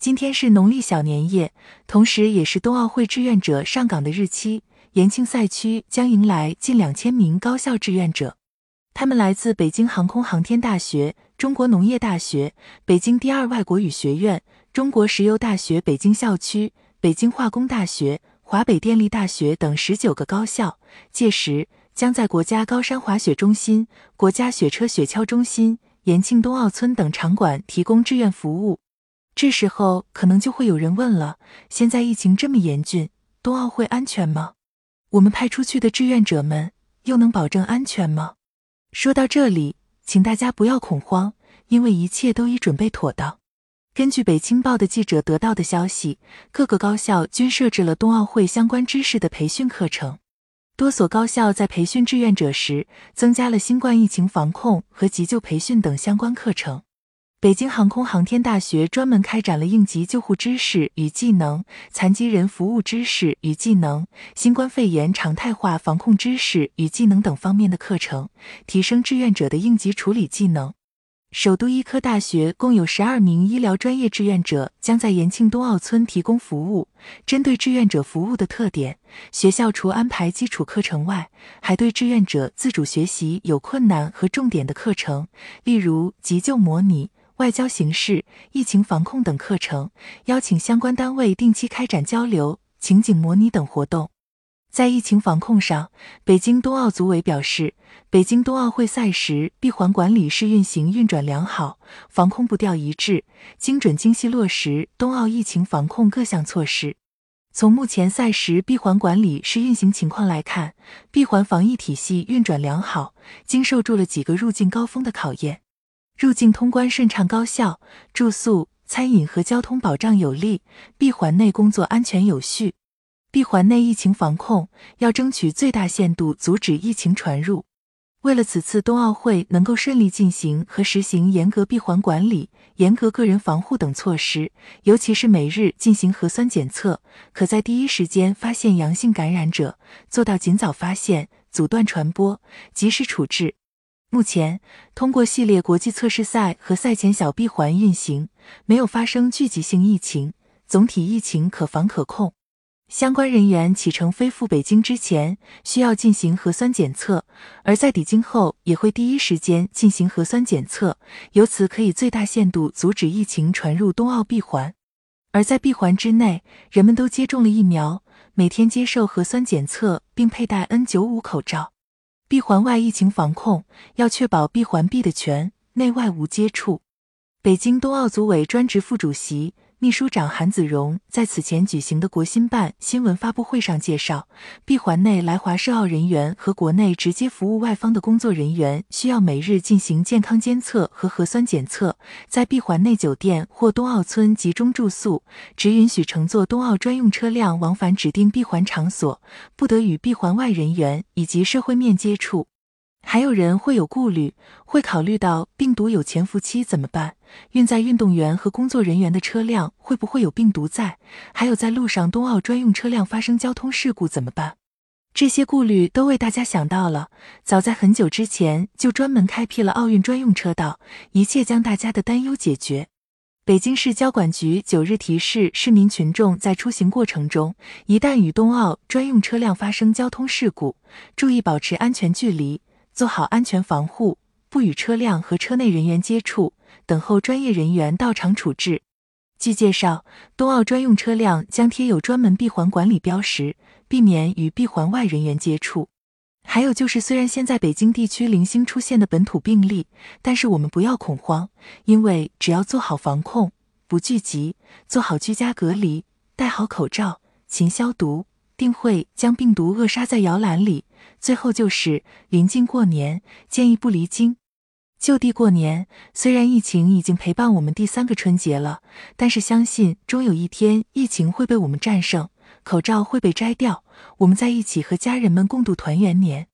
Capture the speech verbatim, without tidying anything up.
今天是农历小年夜，同时也是冬奥会志愿者上岗的日期。延庆赛区将迎来近两千名高校志愿者，他们来自北京航空航天大学、中国农业大学、北京第二外国语学院、中国石油大学北京校区、北京化工大学、华北电力大学等十九个高校。届时将在国家高山滑雪中心、国家雪车雪橇中心、延庆冬奥村等场馆提供志愿服务。这时候可能就会有人问了，现在疫情这么严峻，冬奥会安全吗？我们派出去的志愿者们又能保证安全吗？说到这里，请大家不要恐慌，因为一切都已准备妥当。根据北青报的记者得到的消息，各个高校均设置了冬奥会相关知识的培训课程。多所高校在培训志愿者时，增加了新冠疫情防控和急救培训等相关课程。北京航空航天大学专门开展了应急救护知识与技能、残疾人服务知识与技能、新冠肺炎常态化防控知识与技能等方面的课程，提升志愿者的应急处理技能。首都医科大学共有十二名医疗专业志愿者将在延庆冬奥村提供服务。针对志愿者服务的特点，学校除安排基础课程外，还对志愿者自主学习有困难和重点的课程，例如急救模拟、外交形势、疫情防控等课程，邀请相关单位定期开展交流、情景模拟等活动。在疫情防控上，北京冬奥组委表示，北京冬奥会赛时闭环管理试运行运转良好，防控步调一致，精准精细落实冬奥疫情防控各项措施。从目前赛时闭环管理试运行情况来看，闭环防疫体系运转良好，经受住了几个入境高峰的考验。入境通关顺畅高效，住宿、餐饮和交通保障有力，闭环内工作安全有序。闭环内疫情防控要争取最大限度阻止疫情传入。为了此次冬奥会能够顺利进行和实行严格闭环管理、严格个人防护等措施，尤其是每日进行核酸检测，可在第一时间发现阳性感染者，做到尽早发现、阻断传播、及时处置。目前，通过系列国际测试赛和赛前小闭环运行，没有发生聚集性疫情，总体疫情可防可控。相关人员启程飞赴北京之前，需要进行核酸检测，而在抵京后也会第一时间进行核酸检测，由此可以最大限度阻止疫情传入冬奥闭环。而在闭环之内，人们都接种了疫苗，每天接受核酸检测并佩戴 N 九十五 口罩。闭环外疫情防控要确保闭环闭的全，内外无接触。北京冬奥组委专职副主席、秘书长韩子荣在此前举行的国新办新闻发布会上介绍，闭环内来华涉奥人员和国内直接服务外方的工作人员需要每日进行健康监测和核酸检测，在闭环内酒店或冬奥村集中住宿，只允许乘坐冬奥专用车辆往返指定闭环场所，不得与闭环外人员以及社会面接触。还有人会有顾虑，会考虑到病毒有潜伏期怎么办？运载运动员和工作人员的车辆会不会有病毒在？还有在路上冬奥专用车辆发生交通事故怎么办？这些顾虑都为大家想到了，早在很久之前就专门开辟了奥运专用车道，一切将大家的担忧解决。北京市交管局九日提示市民群众在出行过程中，一旦与冬奥专用车辆发生交通事故，注意保持安全距离，做好安全防护，不与车辆和车内人员接触，等候专业人员到场处置。据介绍，冬奥专用车辆将贴有专门闭环管理标识，避免与闭环外人员接触。还有就是，虽然现在北京地区零星出现的本土病例，但是我们不要恐慌，因为只要做好防控，不聚集，做好居家隔离，戴好口罩，勤消毒，定会将病毒扼杀在摇篮里。最后就是临近过年，建议不离京就地过年。虽然疫情已经陪伴我们第三个春节了，但是相信终有一天疫情会被我们战胜，口罩会被摘掉，我们在一起和家人们共度团圆年。